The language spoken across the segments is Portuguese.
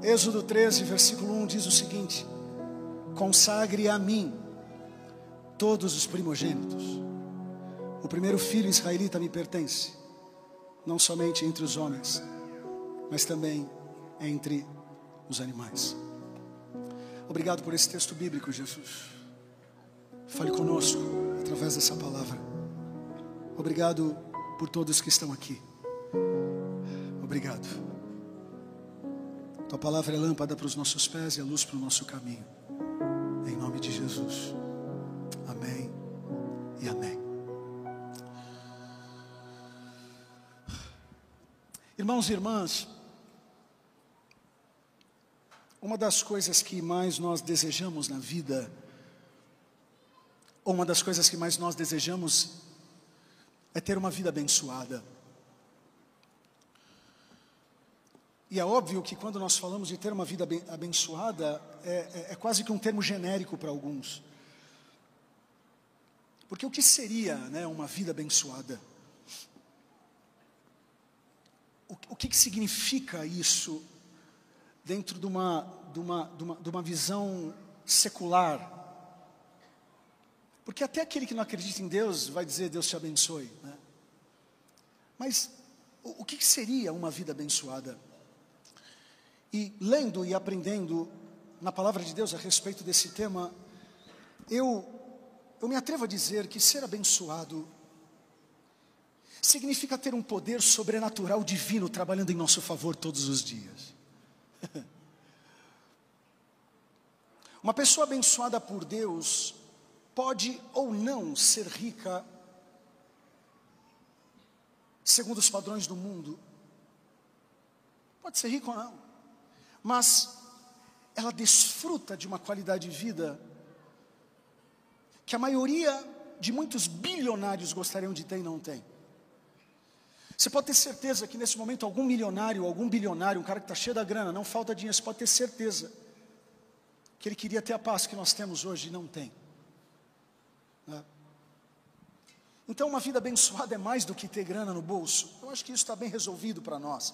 Êxodo 13, versículo 1 diz o seguinte: consagre a mim todos os primogênitos. O primeiro filho israelita me pertence, não somente entre os homens, mas também entre os animais. Obrigado por esse texto bíblico, Jesus. Fale conosco através dessa palavra. Obrigado por todos que estão aqui. Obrigado. Tua palavra é lâmpada para os nossos pés e a luz para o nosso caminho. Em nome de Jesus. Amém e amém. Irmãos e irmãs, uma das coisas que mais nós desejamos na vida, ou uma das coisas que mais nós desejamos, é ter uma vida abençoada. E é óbvio que quando nós falamos de ter uma vida abençoada, é quase que um termo genérico para alguns. Porque o que seria, né, uma vida abençoada? O que significa isso dentro de uma visão secular? Porque até aquele que não acredita em Deus vai dizer Deus te abençoe, né? Mas o que seria uma vida abençoada? E lendo e aprendendo na palavra de Deus a respeito desse tema, eu me atrevo a dizer que ser abençoado significa ter um poder sobrenatural divino trabalhando em nosso favor todos os dias. Uma pessoa abençoada por Deus pode ou não ser rica segundo os padrões do mundo. Pode ser rica ou não. Mas ela desfruta de uma qualidade de vida que a maioria de muitos bilionários gostariam de ter e não tem. Você pode ter certeza que nesse momento algum milionário, algum bilionário, um cara que está cheio da grana, não falta dinheiro, você pode ter certeza que ele queria ter a paz que nós temos hoje e não tem, né? Então uma vida abençoada é mais do que ter grana no bolso. Eu acho que isso está bem resolvido para nós.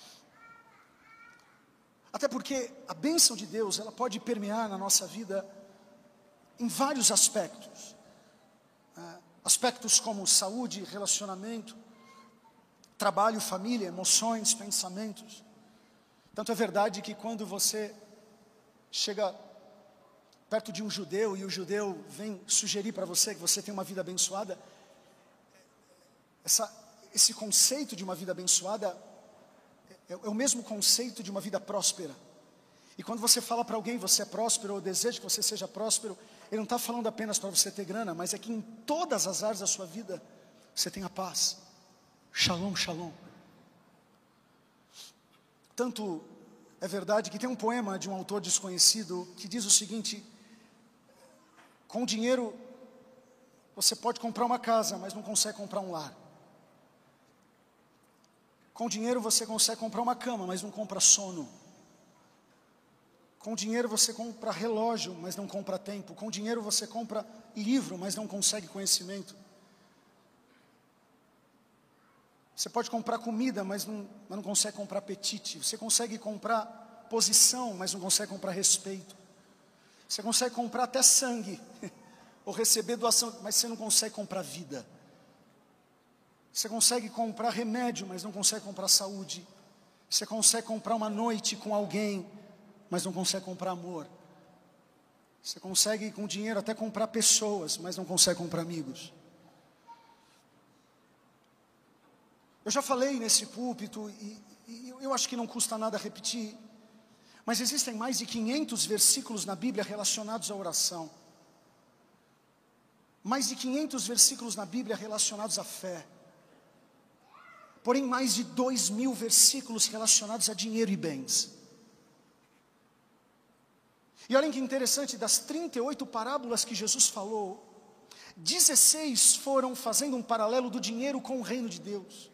Até porque a bênção de Deus, ela pode permear na nossa vida em vários aspectos. Aspectos como saúde, relacionamento, trabalho, família, emoções, pensamentos. Tanto é verdade que quando você chega perto de um judeu e o judeu vem sugerir para você que você tem uma vida abençoada, esse conceito de uma vida abençoada é o mesmo conceito de uma vida próspera. E quando você fala para alguém você é próspero ou deseja que você seja próspero, ele não está falando apenas para você ter grana, mas é que em todas as áreas da sua vida você tenha paz. Shalom, shalom. Tanto é verdade que tem um poema de um autor desconhecido que diz o seguinte: com dinheiro você pode comprar uma casa, mas não consegue comprar um lar. Com dinheiro você consegue comprar uma cama, mas não compra sono. Com dinheiro você compra relógio, mas não compra tempo. Com dinheiro você compra livro, mas não consegue conhecimento. Você pode comprar comida, mas não consegue comprar apetite. Você consegue comprar posição, mas não consegue comprar respeito. Você consegue comprar até sangue, ou receber doação, mas você não consegue comprar vida. Você consegue comprar remédio, mas não consegue comprar saúde. Você consegue comprar uma noite com alguém, mas não consegue comprar amor. Você consegue com dinheiro até comprar pessoas, mas não consegue comprar amigos. Eu já falei nesse púlpito e eu acho que não custa nada repetir, mas existem mais de 500 versículos na Bíblia relacionados à oração. Mais de 500 versículos na Bíblia relacionados à fé. Porém, mais de 2.000 versículos relacionados a dinheiro e bens. E olhem que interessante, das 38 parábolas que Jesus falou, 16 foram fazendo um paralelo do dinheiro com o reino de Deus.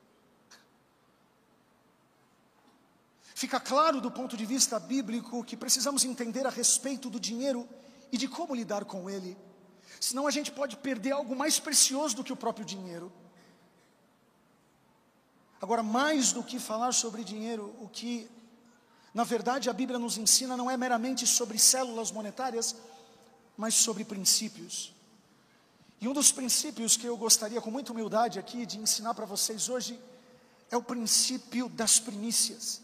Fica claro do ponto de vista bíblico que precisamos entender a respeito do dinheiro e de como lidar com ele. Senão a gente pode perder algo mais precioso do que o próprio dinheiro. Agora, mais do que falar sobre dinheiro, o que Na verdade, a Bíblia nos ensina não é meramente sobre células monetárias, mas sobre princípios. E um dos princípios que eu gostaria com muita humildade aqui de ensinar para vocês hoje é o princípio das primícias.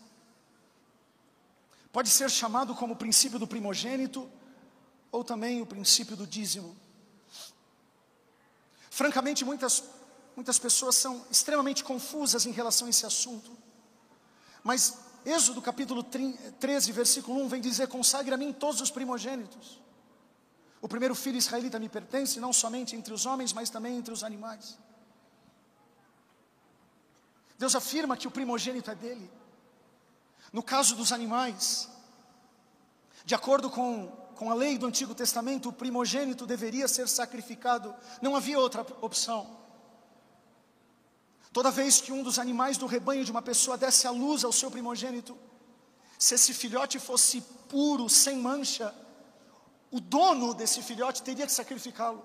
Pode ser chamado como o princípio do primogênito ou também o princípio do dízimo. Francamente, muitas pessoas são extremamente confusas em relação a esse assunto. Mas Êxodo capítulo 13, versículo 1 vem dizer: consagre a mim todos os primogênitos. O primeiro filho israelita me pertence, não somente entre os homens, mas também entre os animais. Deus afirma que o primogênito é dele. No caso dos animais, de acordo com a lei do Antigo Testamento, o primogênito deveria ser sacrificado, não havia outra opção. Toda vez que um dos animais do rebanho de uma pessoa desse à luz ao seu primogênito, se esse filhote fosse puro, sem mancha, o dono desse filhote teria que sacrificá-lo.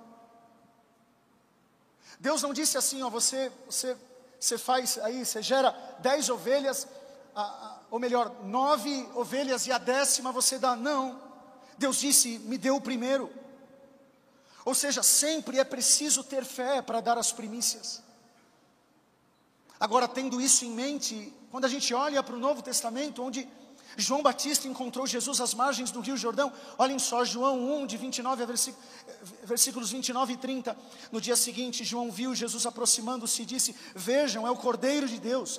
Deus não disse assim, ó, você faz aí, você gera 10 ovelhas, ou melhor, 9 ovelhas e a 10ª você dá. Não, Deus disse, me dê o primeiro. Ou seja, sempre é preciso ter fé para dar as primícias. Agora, tendo isso em mente, quando a gente olha para o Novo Testamento, onde João Batista encontrou Jesus às margens do Rio Jordão, olhem só, João 1, de 29 a versículos 29 e 30, no dia seguinte, João viu Jesus aproximando-se e disse: vejam, é o Cordeiro de Deus,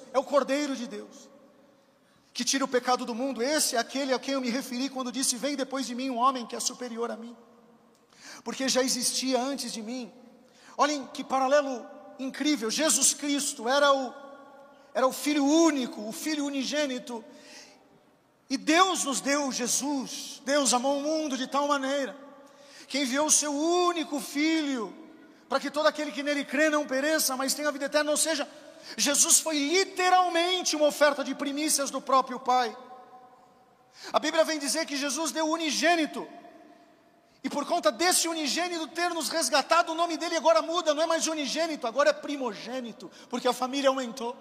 que tira o pecado do mundo. Esse é aquele a quem eu me referi quando disse: vem depois de mim um homem que é superior a mim, porque já existia antes de mim. Olhem que paralelo incrível. Jesus Cristo era o Filho único, o Filho unigênito, e Deus nos deu Jesus. Deus amou o mundo de tal maneira que enviou o seu único Filho, para que todo aquele que nele crê não pereça, mas tenha a vida eterna. Ou seja, Jesus foi literalmente uma oferta de primícias do próprio Pai. A Bíblia vem dizer que Jesus deu o unigênito, e por conta desse unigênito ter nos resgatado, o nome dele agora muda, não é mais unigênito, agora é primogênito, porque a família aumentou.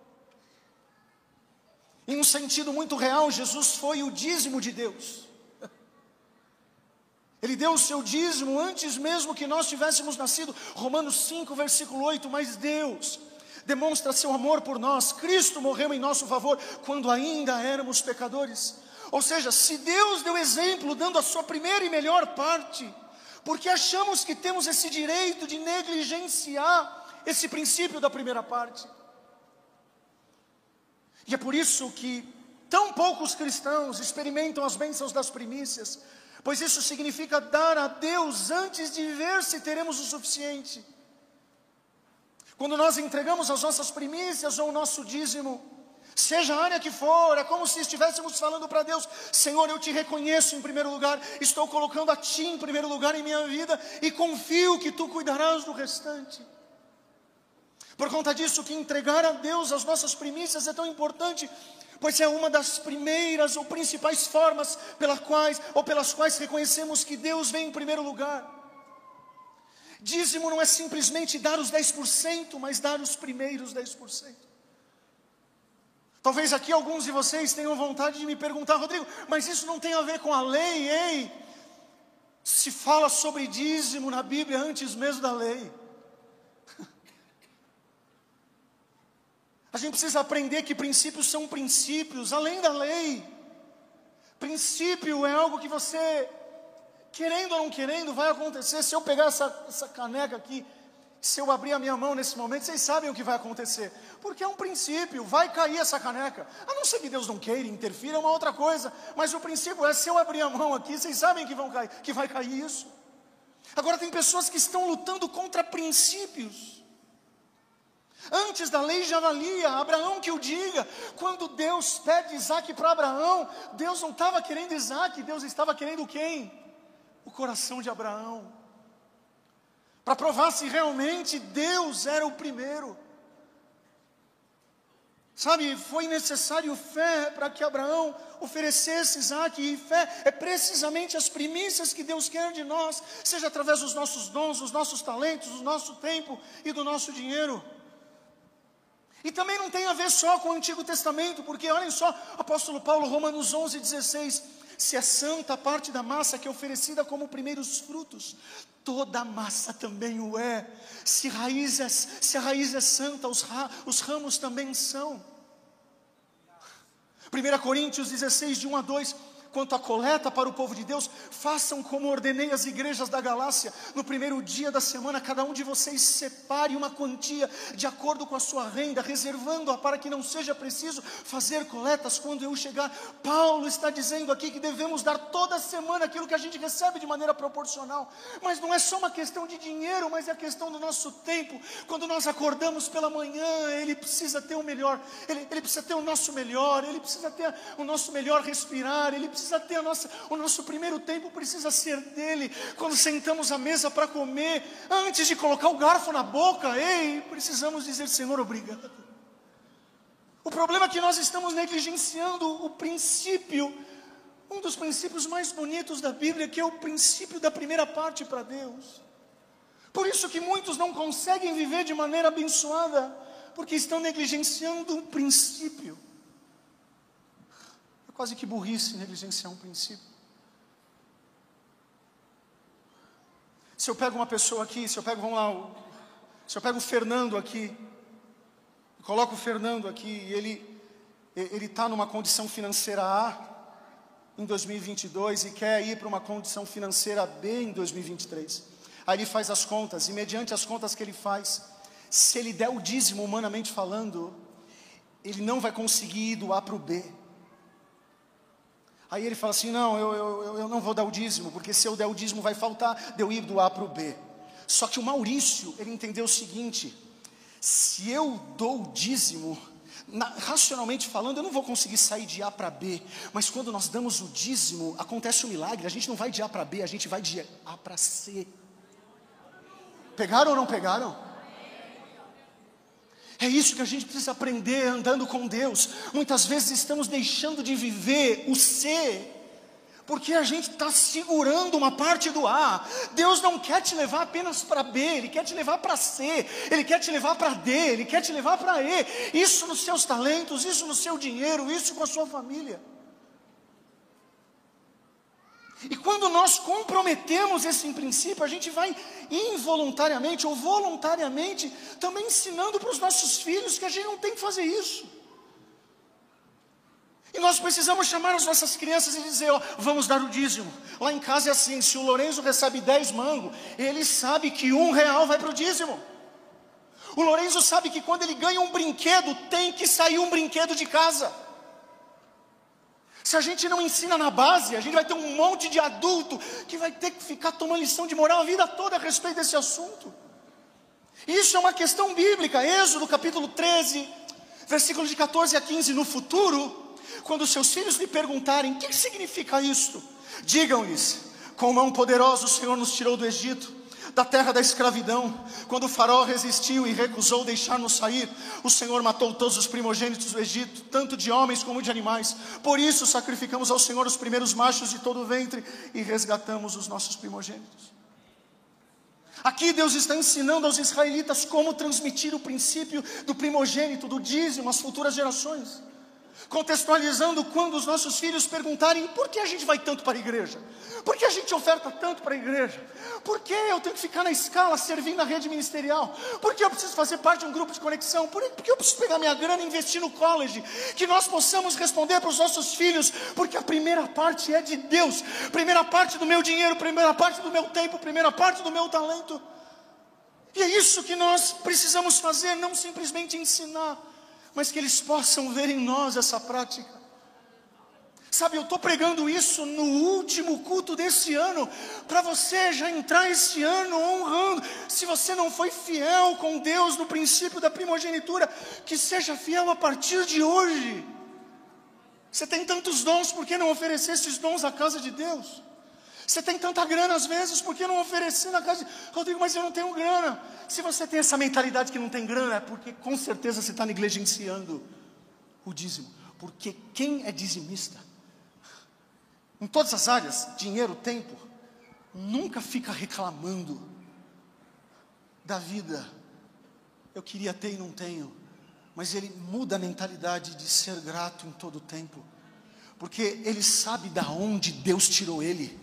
Em um sentido muito real, Jesus foi o dízimo de Deus. Ele deu o seu dízimo antes mesmo que nós tivéssemos nascido. Romanos 5, versículo 8, mas Deus demonstra seu amor por nós. Cristo morreu em nosso favor quando ainda éramos pecadores. Ou seja, se Deus deu exemplo dando a sua primeira e melhor parte, porque achamos que temos esse direito de negligenciar esse princípio da primeira parte? E é por isso que tão poucos cristãos experimentam as bênçãos das primícias, pois isso significa dar a Deus antes de ver se teremos o suficiente. Quando nós entregamos as nossas primícias ou o nosso dízimo, seja a área que for, é como se estivéssemos falando para Deus: Senhor, eu te reconheço em primeiro lugar, estou colocando a ti em primeiro lugar em minha vida, e confio que tu cuidarás do restante. Por conta disso que entregar a Deus as nossas primícias é tão importante, pois é uma das primeiras ou principais formas pelas quais reconhecemos que Deus vem em primeiro lugar. Dízimo não é simplesmente dar os 10%, mas dar os primeiros 10%. Talvez aqui alguns de vocês tenham vontade de me perguntar: Rodrigo, mas isso não tem a ver com a lei, ei? Se fala sobre dízimo na Bíblia antes mesmo da lei. A gente precisa aprender que princípios são princípios, além da lei. Princípio é algo que você, querendo ou não querendo, vai acontecer. Se eu pegar essa caneca aqui, se eu abrir a minha mão nesse momento, vocês sabem o que vai acontecer, porque é um princípio, vai cair essa caneca. A não ser que Deus não queira, interfira, é uma outra coisa, mas o princípio é: se eu abrir a mão aqui, vocês sabem que vai cair isso. Agora tem pessoas que estão lutando contra princípios. Antes da lei já valia, Abraão que o diga. Quando Deus pede Isaac para Abraão, Deus não estava querendo Isaac, Deus estava querendo quem? O coração de Abraão, para provar se realmente Deus era o primeiro. Sabe, foi necessário fé para que Abraão oferecesse Isaac, e fé é precisamente as primícias que Deus quer de nós, seja através dos nossos dons, dos nossos talentos, do nosso tempo e do nosso dinheiro. E também não tem a ver só com o Antigo Testamento, porque olhem só, apóstolo Paulo, Romanos 11:16, se é santa a parte da massa que é oferecida como primeiros frutos, toda a massa também o é. Se a raiz é santa, os ramos também são. 1 Coríntios 16, de 1-2, quanto à coleta para o povo de Deus, façam como ordenei às igrejas da Galácia, no primeiro dia da semana, cada um de vocês separe uma quantia, de acordo com a sua renda, reservando-a para que não seja preciso fazer coletas quando eu chegar. Paulo está dizendo aqui que devemos dar toda semana aquilo que a gente recebe de maneira proporcional, mas não é só uma questão de dinheiro, mas é a questão do nosso tempo. Quando nós acordamos pela manhã, ele precisa ter o melhor, ele precisa ter o nosso melhor, ele precisa ter o nosso melhor respirar, ele precisa ter o nosso primeiro tempo precisa ser dele. Quando sentamos à mesa para comer, antes de colocar o garfo na boca, precisamos dizer: Senhor, obrigado. O problema é que nós estamos negligenciando o princípio, um dos princípios mais bonitos da Bíblia, que é o princípio da primeira parte para Deus. Por isso que muitos não conseguem viver de maneira abençoada, porque estão negligenciando um princípio. Quase que burrice negligenciar um princípio. Se eu pego uma pessoa aqui, se eu pego o Fernando aqui, coloco o Fernando aqui, e ele está numa condição financeira A em 2022 e quer ir para uma condição financeira B em 2023. Aí ele faz as contas, e mediante as contas que ele faz, se ele der o dízimo, humanamente falando, ele não vai conseguir ir do A para o B. Aí ele fala assim: não, eu não vou dar o dízimo, porque se eu der o dízimo vai faltar de eu ir do A para o B. Só que o Maurício, ele entendeu o seguinte: se eu dou o dízimo, racionalmente falando, eu não vou conseguir sair de A para B, mas quando nós damos o dízimo, acontece um milagre, a gente não vai de A para B, a gente vai de A para C. Pegaram ou não pegaram? É isso que a gente precisa aprender andando com Deus. Muitas vezes estamos deixando de viver o C, porque a gente está segurando uma parte do A. Deus não quer te levar apenas para B, Ele quer te levar para C, Ele quer te levar para D, Ele quer te levar para E. Isso nos seus talentos, isso no seu dinheiro, isso com a sua família. E quando nós comprometemos esse princípio, a gente vai involuntariamente ou voluntariamente também ensinando para os nossos filhos que a gente não tem que fazer isso. E nós precisamos chamar as nossas crianças e dizer: vamos dar o dízimo. Lá em casa é assim, se o Lourenço recebe 10 mangos, ele sabe que R$1 vai para o dízimo. O Lourenço sabe que quando ele ganha um brinquedo, tem que sair um brinquedo de casa. Se a gente não ensina na base, a gente vai ter um monte de adulto que vai ter que ficar tomando lição de moral a vida toda a respeito desse assunto. Isso é uma questão bíblica. Êxodo capítulo 13, versículos de 14-15. No futuro, quando seus filhos lhe perguntarem: o que significa isto? Digam-lhes: com mão poderosa o Senhor nos tirou do Egito, da terra da escravidão. Quando o faraó resistiu e recusou deixar-nos sair, o Senhor matou todos os primogênitos do Egito, tanto de homens como de animais. Por isso sacrificamos ao Senhor os primeiros machos de todo o ventre e resgatamos os nossos primogênitos. Aqui Deus está ensinando aos israelitas como transmitir o princípio do primogênito, do dízimo às futuras gerações. Contextualizando, quando os nossos filhos perguntarem: por que a gente vai tanto para a igreja? Por que a gente oferta tanto para a igreja? Por que eu tenho que ficar na escala servindo na rede ministerial? Por que eu preciso fazer parte de um grupo de conexão? Por que eu preciso pegar minha grana e investir no college? Que nós possamos responder para os nossos filhos: porque a primeira parte é de Deus, primeira parte do meu dinheiro, primeira parte do meu tempo, primeira parte do meu talento. E é isso que nós precisamos fazer, não simplesmente ensinar, mas que eles possam ver em nós essa prática. Sabe, eu estou pregando isso no último culto desse ano, para você já entrar esse ano honrando. Se você não foi fiel com Deus no princípio da primogenitura, que seja fiel a partir de hoje. Você tem tantos dons, por que não oferecer esses dons à casa de Deus? Você tem tanta grana às vezes, por que não oferecer na casa de... Rodrigo, mas eu não tenho grana. Se você tem essa mentalidade que não tem grana, é porque com certeza você está negligenciando o dízimo. Porque quem é dizimista, em todas as áreas, dinheiro, tempo, nunca fica reclamando da vida. Eu queria ter e não tenho. mas ele muda a mentalidade de ser grato em todo o tempo, porque ele sabe da onde Deus tirou ele.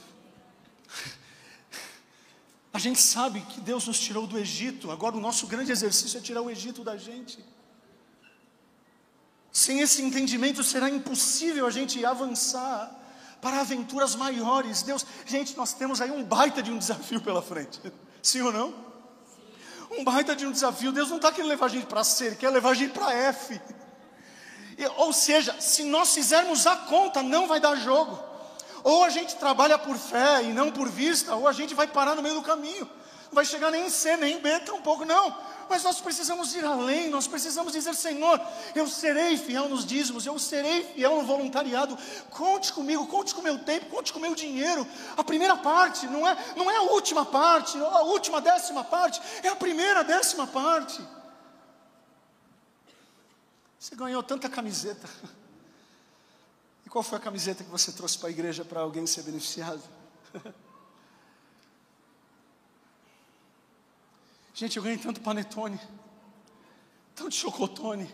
A gente sabe que Deus nos tirou do Egito, agora o nosso grande exercício é tirar o Egito da gente. Sem esse entendimento será impossível a gente avançar para aventuras maiores. Gente, nós temos aí um baita de um desafio pela frente, sim ou não? Um baita de um desafio. Deus não está querendo levar a gente para C, Ele quer levar a gente para F. Ou seja, se nós fizermos a conta, não vai dar jogo. Ou a gente trabalha por fé e não por vista, ou a gente vai parar no meio do caminho. Não vai chegar nem em C, nem em B, tampouco não. Mas nós precisamos ir além, nós precisamos dizer: Senhor, eu serei fiel nos dízimos, eu serei fiel no voluntariado. Conte comigo, conte com o meu tempo, conte com o meu dinheiro. A primeira parte, não é a última parte, a última 10ª parte, é a primeira 10ª parte. Você ganhou tanta camiseta. E qual foi a camiseta que você trouxe para a igreja para alguém ser beneficiado? Gente, eu ganhei tanto panetone, tanto chocotone.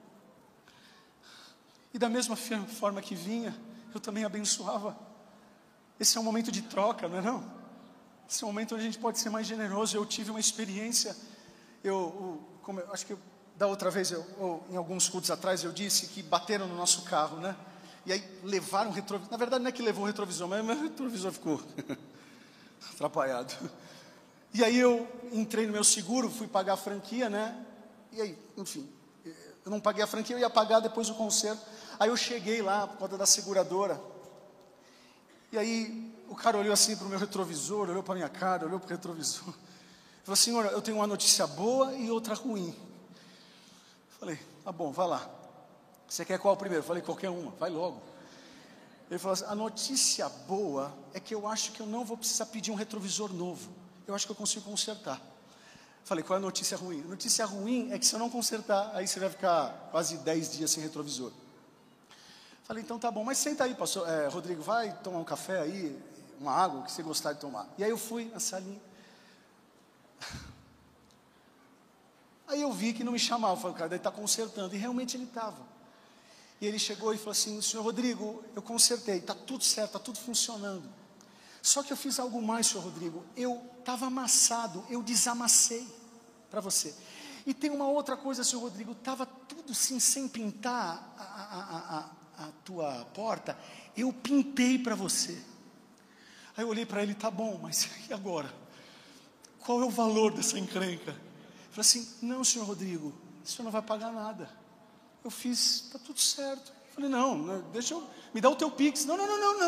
E da mesma forma que vinha, eu também abençoava. Esse é um momento de troca, não é não? Esse é um momento onde a gente pode ser mais generoso. Eu tive uma experiência, como eu acho que da outra vez, em alguns cultos atrás, eu disse que bateram no nosso carro, né? E aí levaram o retrovisor. Na verdade não é que levou o retrovisor, mas o meu retrovisor ficou atrapalhado. E aí eu entrei no meu seguro, fui pagar a franquia, né? E aí, enfim, eu não paguei a franquia, eu ia pagar depois o conserto. Aí eu cheguei lá, por conta da seguradora. E aí o cara olhou assim para o meu retrovisor, olhou para a minha cara, olhou para o retrovisor. Falou: Senhor, eu tenho uma notícia boa e outra ruim. Falei: tá bom, vai lá. Você quer qual primeiro? Falei: qualquer uma, vai logo. Ele falou assim: a notícia boa é que eu acho que eu não vou precisar pedir um retrovisor novo. Eu acho que eu consigo consertar. Falei: qual é a notícia ruim? A notícia ruim é que se eu não consertar, aí você vai ficar quase 10 dias sem retrovisor. Falei: então tá bom, mas senta aí, pastor, Rodrigo, vai tomar um café aí, uma água, o que você gostar de tomar. E aí eu fui na salinha. Aí eu vi que não me chamava. Falei: o cara deve estar consertando. E realmente ele estava. E ele chegou e falou assim: senhor Rodrigo, eu consertei, está tudo certo, está tudo funcionando. Só que eu fiz algo mais, senhor Rodrigo. Eu estava amassado, eu desamassei para você. E tem uma outra coisa, senhor Rodrigo, estava tudo assim, sem pintar a tua porta, eu pintei para você. Aí eu olhei para ele: tá bom, mas e agora? Qual é o valor dessa encrenca? Ele falou assim: não, senhor Rodrigo, o senhor não vai pagar nada. Eu fiz, está tudo certo. Eu falei: não, deixa eu, me dá o teu Pix. Não.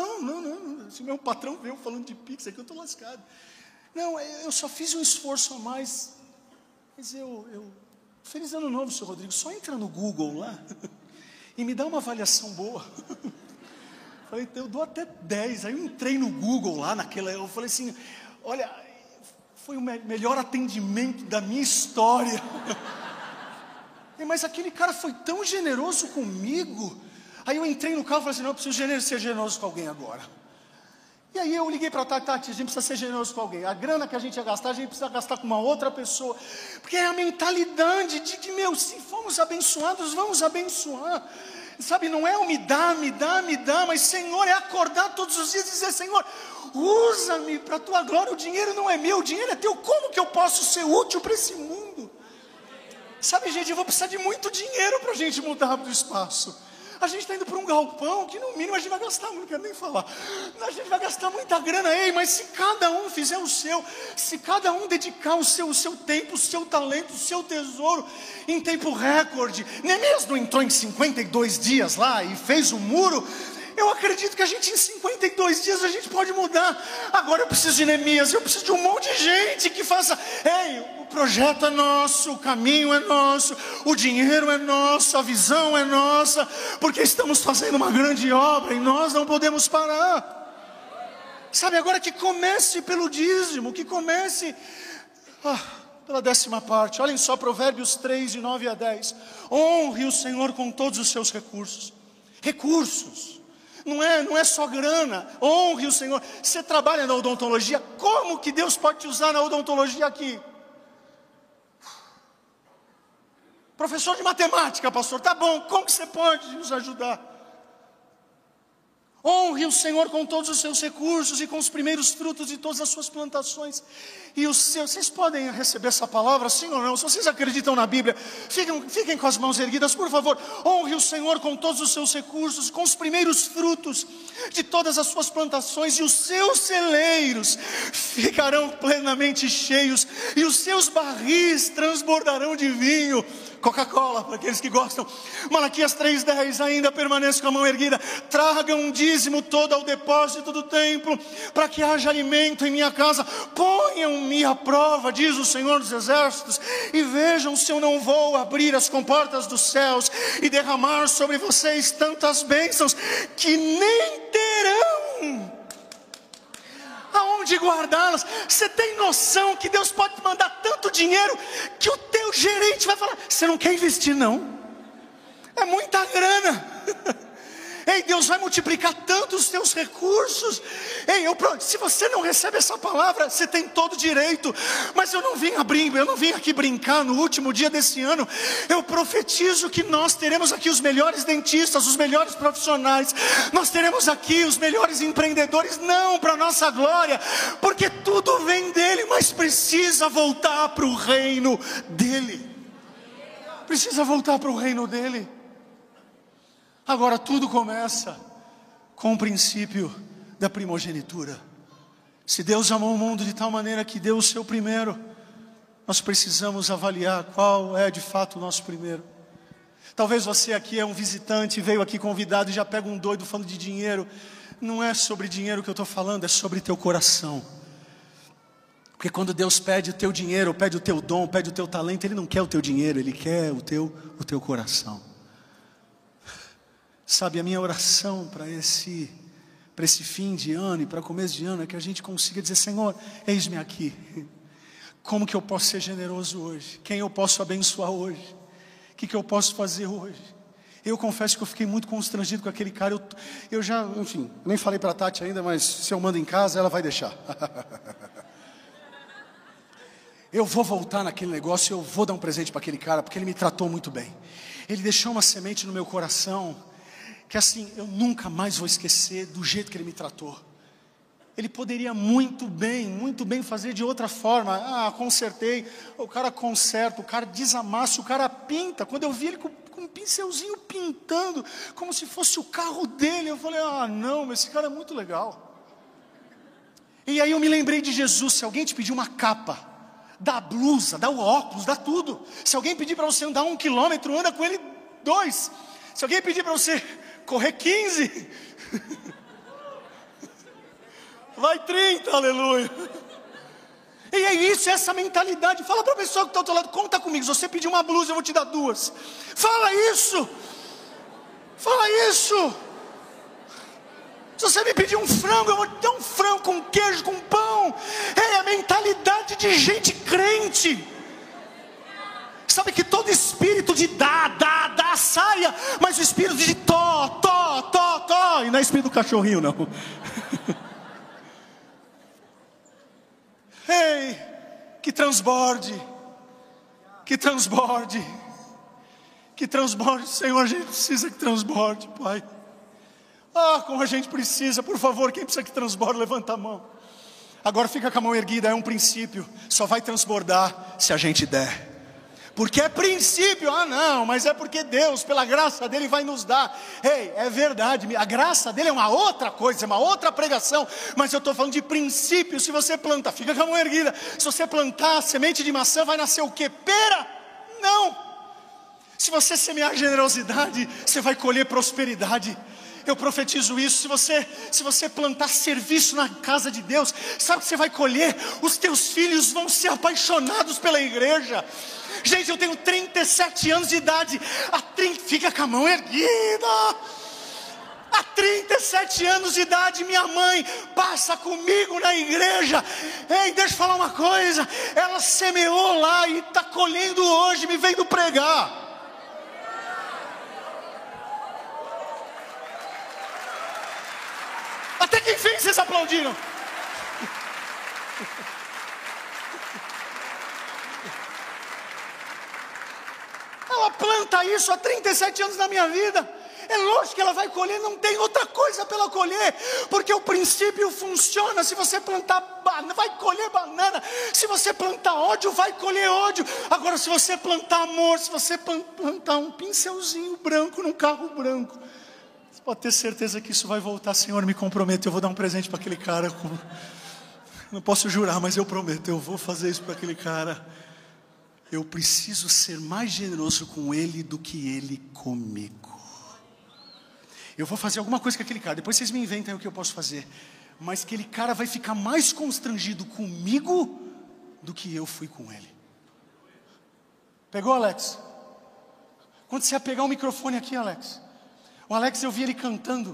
Se meu patrão veio falando de Pix aqui, eu estou lascado. Não, eu só fiz um esforço a mais. Mas feliz ano novo, senhor Rodrigo. Só entra no Google lá e me dá uma avaliação boa. Falei: então, eu dou até 10. Aí eu entrei no Google lá eu falei assim: olha, foi o melhor atendimento da minha história. Mas aquele cara foi tão generoso comigo. Aí eu entrei no carro e falei assim: não, eu preciso ser generoso com alguém agora. E aí eu liguei para a Tati: a gente precisa ser generoso com alguém. A grana que a gente ia gastar, a gente precisa gastar com uma outra pessoa. Porque é a mentalidade de que, se fomos abençoados, vamos abençoar. Sabe, não é o me dá, mas Senhor, é acordar todos os dias e dizer: Senhor, usa-me para a tua glória. O dinheiro não é meu, o dinheiro é teu. Como que eu posso ser útil para esse mundo? Sabe, gente, eu vou precisar de muito dinheiro para a gente mudar para o espaço. A gente está indo para um galpão que no mínimo a gente vai gastar muito, não quero nem falar. A gente vai gastar muita grana, mas se cada um fizer o seu, se cada um dedicar o seu tempo, o seu talento, o seu tesouro, em tempo recorde, Neemias não entrou em 52 dias lá e fez um muro. Eu acredito que a gente em 52 dias a gente pode mudar. Agora eu preciso de Neemias, eu preciso de um monte de gente que faça: o projeto é nosso, o caminho é nosso, o dinheiro é nosso, a visão é nossa, porque estamos fazendo uma grande obra e nós não podemos parar. Sabe, agora que comece pelo dízimo, que comece pela 10ª parte. Olhem só, Provérbios 3, de 9 a 10. Honre o Senhor com todos os seus recursos. Não é só grana. Honre o Senhor. Você trabalha na odontologia, como que Deus pode te usar na odontologia aqui? Professor de matemática, pastor, tá bom, como que você pode nos ajudar? Honre o Senhor com todos os seus recursos e com os primeiros frutos de todas as suas plantações. E os seus, vocês podem receber essa palavra, sim ou não? Se vocês acreditam na Bíblia, fiquem com as mãos erguidas, por favor. Honre o Senhor com todos os seus recursos, com os primeiros frutos de todas as suas plantações, e os seus celeiros ficarão plenamente cheios, e os seus barris transbordarão de vinho. Coca-Cola, para aqueles que gostam. Malaquias 3:10, ainda permaneça com a mão erguida. Tragam um dízimo todo ao depósito do templo, para que haja alimento em minha casa. Ponham-me à prova, diz o Senhor dos Exércitos, e vejam se eu não vou abrir as comportas dos céus e derramar sobre vocês tantas bênçãos que nem terão aonde guardá-las. Você tem noção que Deus pode te mandar tanto dinheiro que o teu gerente vai falar: você não quer investir não? É muita grana. Ei, Deus vai multiplicar tanto os teus recursos. Ei, se você não recebe essa palavra, você tem todo direito. Mas eu não vim aqui brincar no último dia desse ano. Eu profetizo que nós teremos aqui os melhores dentistas, os melhores profissionais. Nós teremos aqui os melhores empreendedores, não para nossa glória, porque tudo vem dele, mas precisa voltar para o reino dele. Precisa voltar para o reino dele. Agora tudo começa com o princípio da primogenitura. Se Deus amou o mundo de tal maneira que deu o seu primeiro, nós precisamos avaliar qual é de fato o nosso primeiro. Talvez você aqui é um visitante, veio aqui convidado e já pega um doido falando de dinheiro. Não é sobre dinheiro que eu estou falando, é sobre teu coração. Porque quando Deus pede o teu dinheiro, pede o teu dom, pede o teu talento, Ele não quer o teu dinheiro, Ele quer o teu coração. Sabe, a minha oração para esse fim de ano e para começo de ano é que a gente consiga dizer: Senhor, eis-me aqui. Como que eu posso ser generoso hoje? Quem eu posso abençoar hoje? O que eu posso fazer hoje? Eu confesso que eu fiquei muito constrangido com aquele cara. Eu já, enfim, nem falei para a Tati ainda, mas se eu mando em casa, ela vai deixar. Eu vou voltar naquele negócio, eu vou dar um presente para aquele cara, porque ele me tratou muito bem. Ele deixou uma semente no meu coração que assim, eu nunca mais vou esquecer do jeito que ele me tratou. Ele poderia muito bem fazer de outra forma. Consertei, o cara conserta, o cara desamassa, o cara pinta. Quando eu vi ele com um pincelzinho pintando, como se fosse o carro dele, eu falei: não, esse cara é muito legal. E aí eu me lembrei de Jesus. Se alguém te pedir uma capa, dá a blusa, dá o óculos, dá tudo. Se alguém pedir para você andar 1 quilômetro, anda com ele 2. Se alguém pedir para você correr 15, vai 30, aleluia. E é isso, essa mentalidade. Fala para a pessoa que está ao teu lado: conta comigo, se você pedir uma blusa, eu vou te dar 2. Fala isso. Se você me pedir um frango, eu vou te dar um frango com queijo, com pão. É a mentalidade de gente crente. Sabe que todo espírito de dá, saia, mas o espírito de tó, e não é espírito do cachorrinho não. Ei, que transborde, Senhor, a gente precisa que transborde, Pai. Como a gente precisa, por favor, quem precisa que transborde, levanta a mão. Agora fica com a mão erguida, é um princípio, só vai transbordar se a gente der. Porque é princípio, não, mas é porque Deus, pela graça dele, vai nos dar. Ei, é verdade, a graça dele é uma outra coisa, é uma outra pregação. Mas eu estou falando de princípio. Se você plantar, fica com a mão erguida. Se você plantar semente de maçã, vai nascer o quê? Pera? Não. Se você semear generosidade, você vai colher prosperidade. Eu profetizo isso. Se você plantar serviço na casa de Deus, sabe o que você vai colher? Os teus filhos vão ser apaixonados pela igreja. Gente, eu tenho 37 anos de idade. Fica com a mão erguida. Há 37 anos de idade, minha mãe passa comigo na igreja. Ei, deixa eu falar uma coisa. Ela semeou lá e está colhendo hoje, me vendo pregar. Até que enfim vocês aplaudiram. Ela planta isso há 37 anos na minha vida. É lógico que ela vai colher, não tem outra coisa para ela colher, porque o princípio funciona. Se você plantar banana, vai colher banana. Se você plantar ódio, vai colher ódio. Agora, se você plantar amor, se você plantar um pincelzinho branco num carro branco, você pode ter certeza que isso vai voltar. Senhor, me comprometo, eu vou dar um presente para aquele cara. Não posso jurar, mas eu prometo, eu vou fazer isso para aquele cara. Eu preciso ser mais generoso com ele do que ele comigo. Eu vou fazer alguma coisa com aquele cara, depois vocês me inventem o que eu posso fazer. Mas aquele cara vai ficar mais constrangido comigo do que eu fui com ele. Pegou, Alex? Quando você ia pegar o microfone aqui, Alex? O Alex, eu vi ele cantando.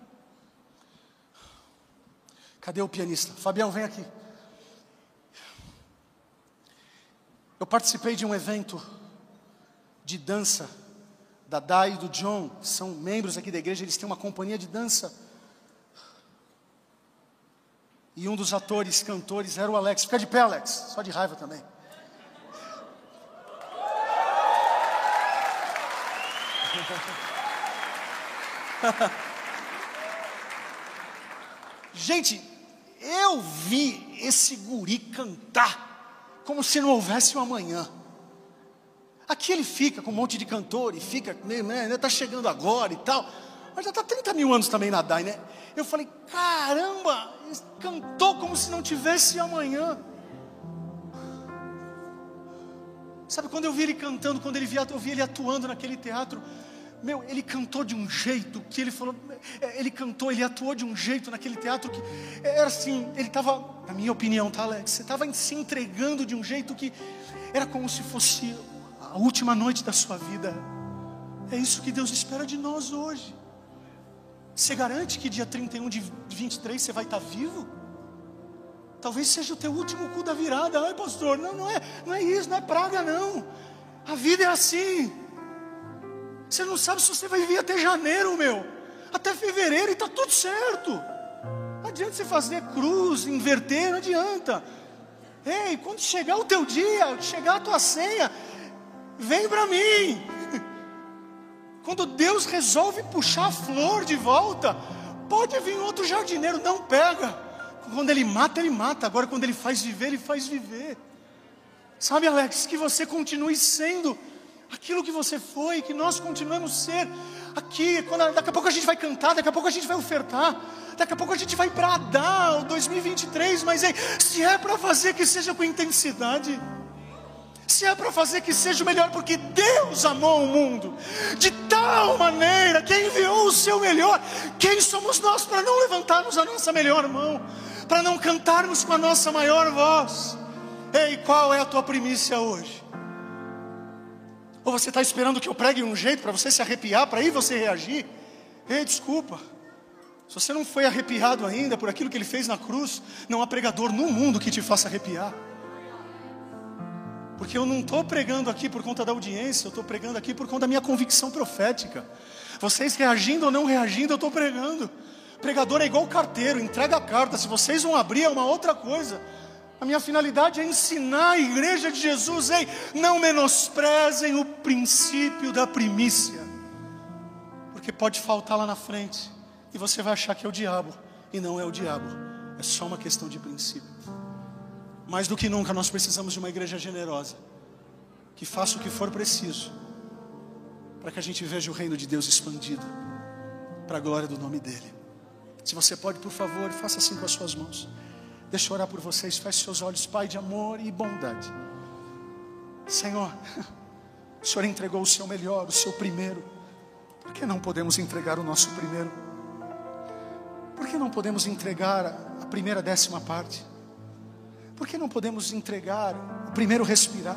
Cadê o pianista? Fabião, vem aqui. Eu participei de um evento de dança da Dai e do John, que são membros aqui da igreja. Eles têm uma companhia de dança. E um dos atores, cantores, era o Alex. Fica de pé, Alex, só de raiva também. Gente, eu vi esse guri cantar como se não houvesse um amanhã. Aqui ele fica com um monte de cantor e fica meio, né, está chegando agora e tal, mas já está 30 mil anos também na DAI, né? Eu falei, caramba, ele cantou como se não tivesse amanhã. Sabe, quando eu vi ele cantando, quando eu vi ele atuando naquele teatro, meu, ele cantou de um jeito que ele falou, ele atuou de um jeito naquele teatro que era assim, ele estava, na minha opinião, tá, Alex? Você estava se entregando de um jeito que era como se fosse a última noite da sua vida. É isso que Deus espera de nós hoje. Você garante que dia 31 de 23 você vai estar vivo? Talvez seja o teu último cu da virada. Ai, pastor, não é isso, não é praga não. A vida é assim. Você não sabe se você vai viver até janeiro, meu, até fevereiro, e está tudo certo. Não adianta você fazer cruz, inverter, não adianta. Ei, quando chegar o teu dia, chegar a tua senha, vem para mim. Quando Deus resolve puxar a flor de volta, pode vir outro jardineiro, não pega. Quando Ele mata, Ele mata. Agora quando Ele faz viver, Ele faz viver. Sabe, Alex, que você continue sendo aquilo que você foi, que nós continuamos a ser aqui. Daqui a pouco a gente vai cantar, daqui a pouco a gente vai ofertar, daqui a pouco a gente vai bradar o 2023, mas ei, se é para fazer, que seja com intensidade. Se é para fazer, que seja o melhor, porque Deus amou o mundo de tal maneira que enviou o seu melhor. Quem somos nós para não levantarmos a nossa melhor mão, para não cantarmos com a nossa maior voz? Ei, qual é a tua primícia hoje? Ou você está esperando que eu pregue um jeito para você se arrepiar, para aí você reagir? Ei, desculpa, se você não foi arrepiado ainda por aquilo que Ele fez na cruz, não há pregador no mundo que te faça arrepiar. Porque eu não estou pregando aqui por conta da audiência, eu estou pregando aqui por conta da minha convicção profética. Vocês reagindo ou não reagindo, eu estou pregando. Pregador é igual carteiro, entrega a carta, se vocês vão abrir é uma outra coisa. A minha finalidade é ensinar a igreja de Jesus, ei, não menosprezem o princípio da primícia, porque pode faltar lá na frente, e você vai achar que é o diabo, e não é o diabo, é só uma questão de princípio. Mais do que nunca nós precisamos de uma igreja generosa, que faça o que for preciso, para que a gente veja o reino de Deus expandido, para a glória do nome dEle. Se você pode, por favor, faça assim com as suas mãos. Deixa eu orar por vocês, feche seus olhos, Pai de amor e bondade. Senhor, o Senhor entregou o seu melhor, o seu primeiro. Por que não podemos entregar o nosso primeiro? Por que não podemos entregar a primeira 10ª parte? Por que não podemos entregar o primeiro respirar?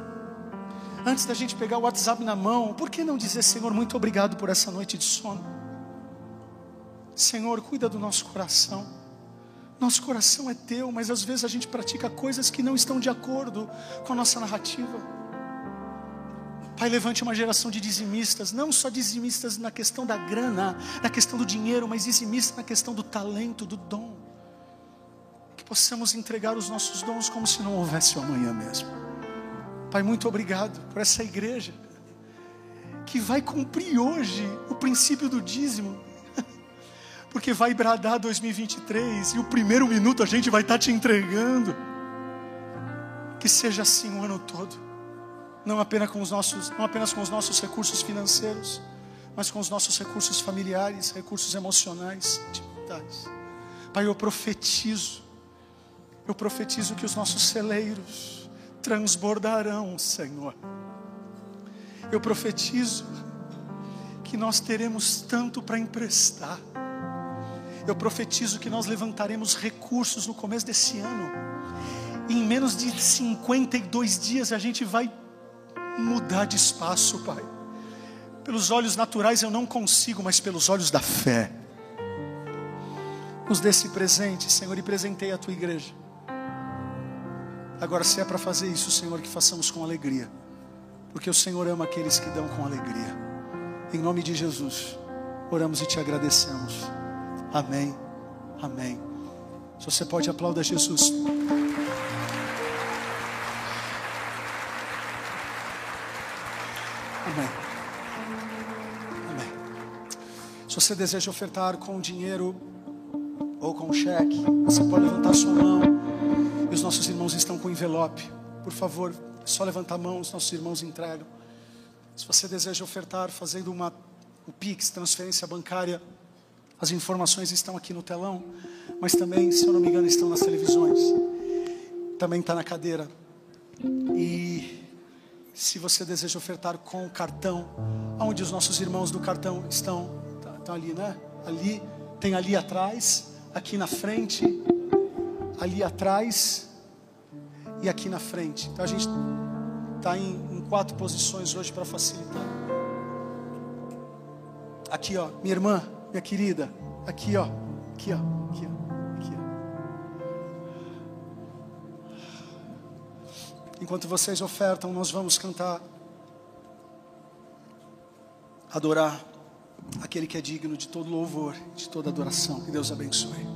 Antes da gente pegar o WhatsApp na mão, por que não dizer, Senhor, muito obrigado por essa noite de sono? Senhor, cuida do nosso coração. Nosso coração é teu, mas às vezes a gente pratica coisas que não estão de acordo com a nossa narrativa. Pai, levante uma geração de dizimistas, não só dizimistas na questão da grana, na questão do dinheiro, mas dizimistas na questão do talento, do dom. Que possamos entregar os nossos dons como se não houvesse o amanhã mesmo. Pai, muito obrigado por essa igreja que vai cumprir hoje o princípio do dízimo, porque vai bradar 2023 e o primeiro minuto a gente vai estar te entregando. Que seja assim o ano todo, não apenas com os nossos recursos financeiros, mas com os nossos recursos familiares, recursos emocionais, mentais. Pai, eu profetizo que os nossos celeiros transbordarão, Senhor. Eu profetizo que nós teremos tanto para emprestar. Eu profetizo que nós levantaremos recursos no começo desse ano. E em menos de 52 dias a gente vai mudar de espaço, Pai. Pelos olhos naturais eu não consigo, mas pelos olhos da fé. Nos dê esse presente, Senhor, e presenteie a Tua igreja. Agora, se é para fazer isso, Senhor, que façamos com alegria, porque o Senhor ama aqueles que dão com alegria. Em nome de Jesus, oramos e Te agradecemos. Amém, amém. Se você pode, aplaudir Jesus. Amém, amém. Se você deseja ofertar com dinheiro ou com cheque, você pode levantar sua mão. E os nossos irmãos estão com envelope. Por favor, é só levantar a mão, os nossos irmãos entregam. Se você deseja ofertar fazendo o Pix, transferência bancária, as informações estão aqui no telão, mas também, se eu não me engano, estão nas televisões. Também está na cadeira. E se você deseja ofertar com o cartão, onde os nossos irmãos do cartão estão ali, né? Ali, tem ali atrás, aqui na frente, ali atrás e aqui na frente. Então a gente está em 4 posições hoje para facilitar. Aqui, ó, minha irmã, minha querida, aqui, ó, aqui, ó, aqui, ó, aqui, ó. Enquanto vocês ofertam, nós vamos cantar, adorar aquele que é digno de todo louvor, de toda adoração. Que Deus abençoe.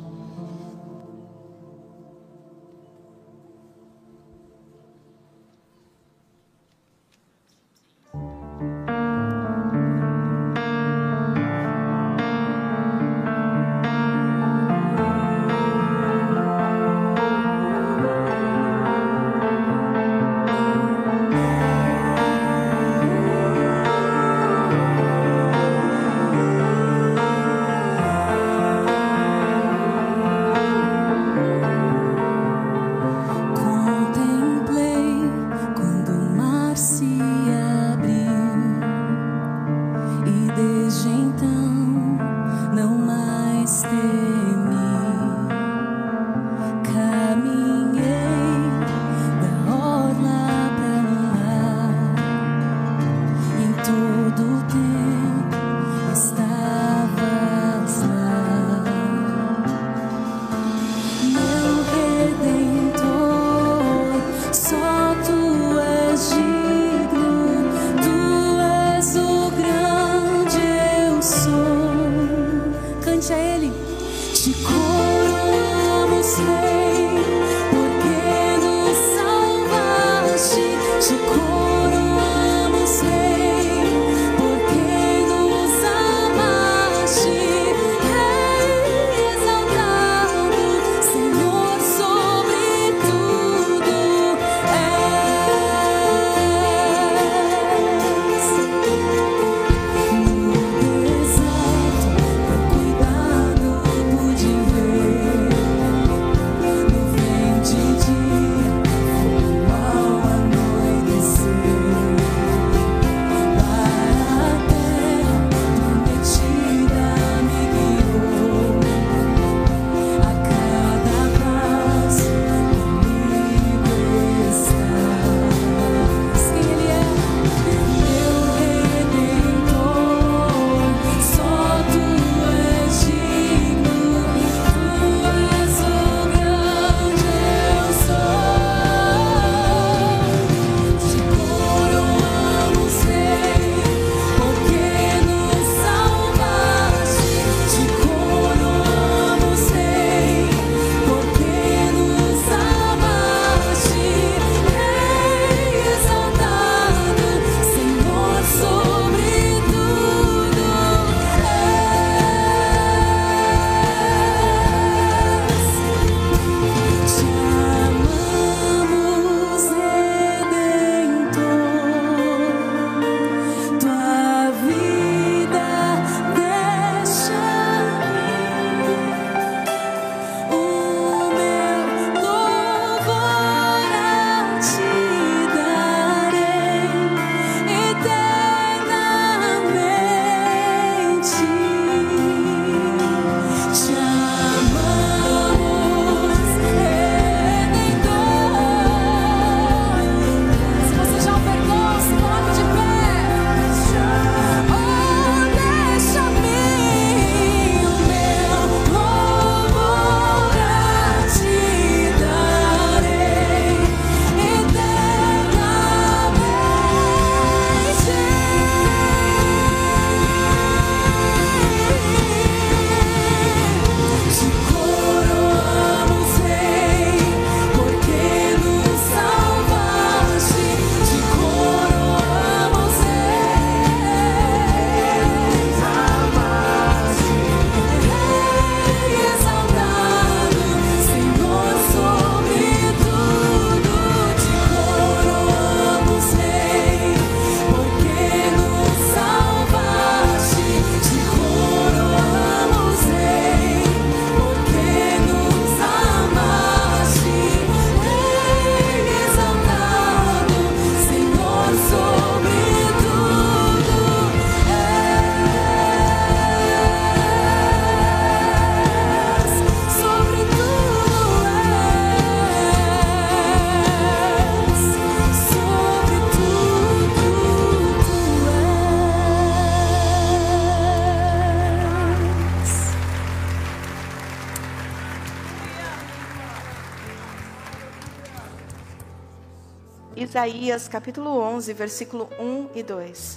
Isaías capítulo 11, versículo 1 e 2.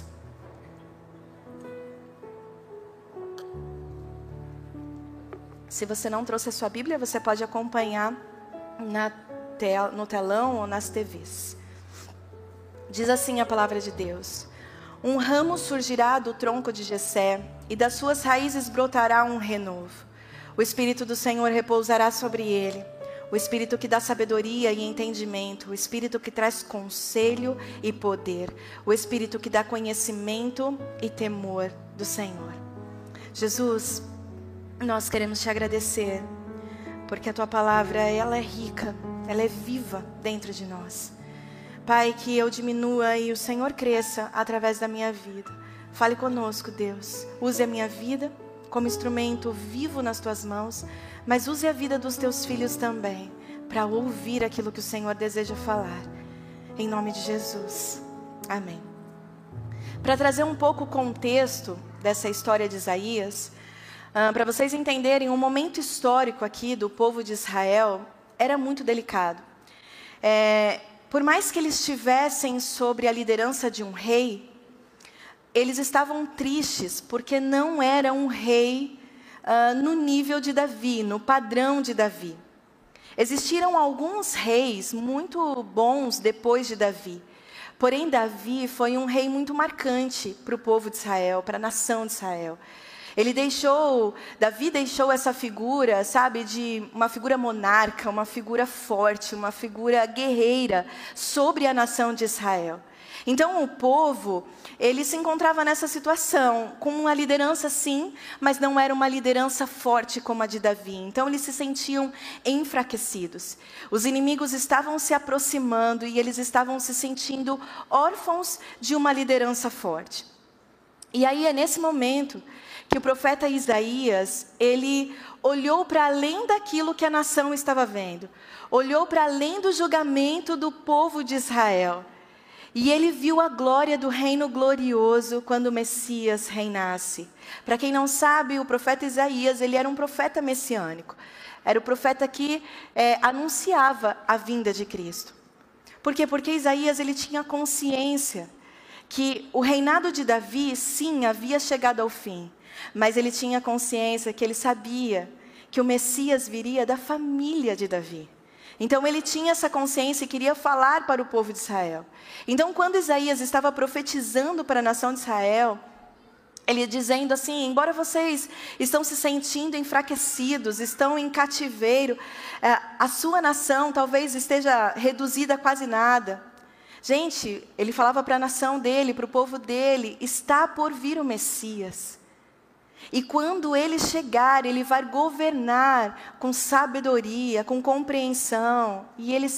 Se você não trouxe a sua Bíblia, você pode acompanhar no telão ou nas TVs. Diz assim a palavra de Deus: um ramo surgirá do tronco de Jessé, e das suas raízes brotará um renovo. O Espírito do Senhor repousará sobre ele, o Espírito que dá sabedoria e entendimento, o Espírito que traz conselho e poder, o Espírito que dá conhecimento e temor do Senhor. Jesus, nós queremos te agradecer, porque a tua palavra, ela é rica, ela é viva dentro de nós. Pai, que eu diminua e o Senhor cresça através da minha vida. Fale conosco, Deus. Use a minha vida como instrumento vivo nas tuas mãos, mas use a vida dos teus filhos também, para ouvir aquilo que o Senhor deseja falar. Em nome de Jesus. Amém. Para trazer um pouco o contexto dessa história de Isaías, para vocês entenderem, o momento histórico aqui do povo de Israel era muito delicado. Por mais que eles estivessem sobre a liderança de um rei, eles estavam tristes, porque não era um rei no nível de Davi, no padrão de Davi. Existiram alguns reis muito bons depois de Davi. Porém, Davi foi um rei muito marcante para o povo de Israel, para a nação de Israel. Davi deixou essa figura, sabe, de uma figura monarca, uma figura forte, uma figura guerreira sobre a nação de Israel. Então o povo, ele se encontrava nessa situação, com uma liderança sim, mas não era uma liderança forte como a de Davi. Então eles se sentiam enfraquecidos. Os inimigos estavam se aproximando e eles estavam se sentindo órfãos de uma liderança forte. E aí é nesse momento que o profeta Isaías, ele olhou para além daquilo que a nação estava vendo. Olhou para além do julgamento do povo de Israel. E ele viu a glória do reino glorioso quando o Messias reinasse. Para quem não sabe, o profeta Isaías, ele era um profeta messiânico. Era o profeta que anunciava a vinda de Cristo. Por quê? Porque Isaías, ele tinha consciência que o reinado de Davi, sim, havia chegado ao fim. Mas ele tinha consciência que ele sabia que o Messias viria da família de Davi. Então ele tinha essa consciência e queria falar para o povo de Israel. Então quando Isaías estava profetizando para a nação de Israel, ele dizendo assim: embora vocês estão se sentindo enfraquecidos, estão em cativeiro, a sua nação talvez esteja reduzida a quase nada. Gente, ele falava para a nação dele, para o povo dele: está por vir o Messias. E quando ele chegar, ele vai governar com sabedoria, com compreensão. E ele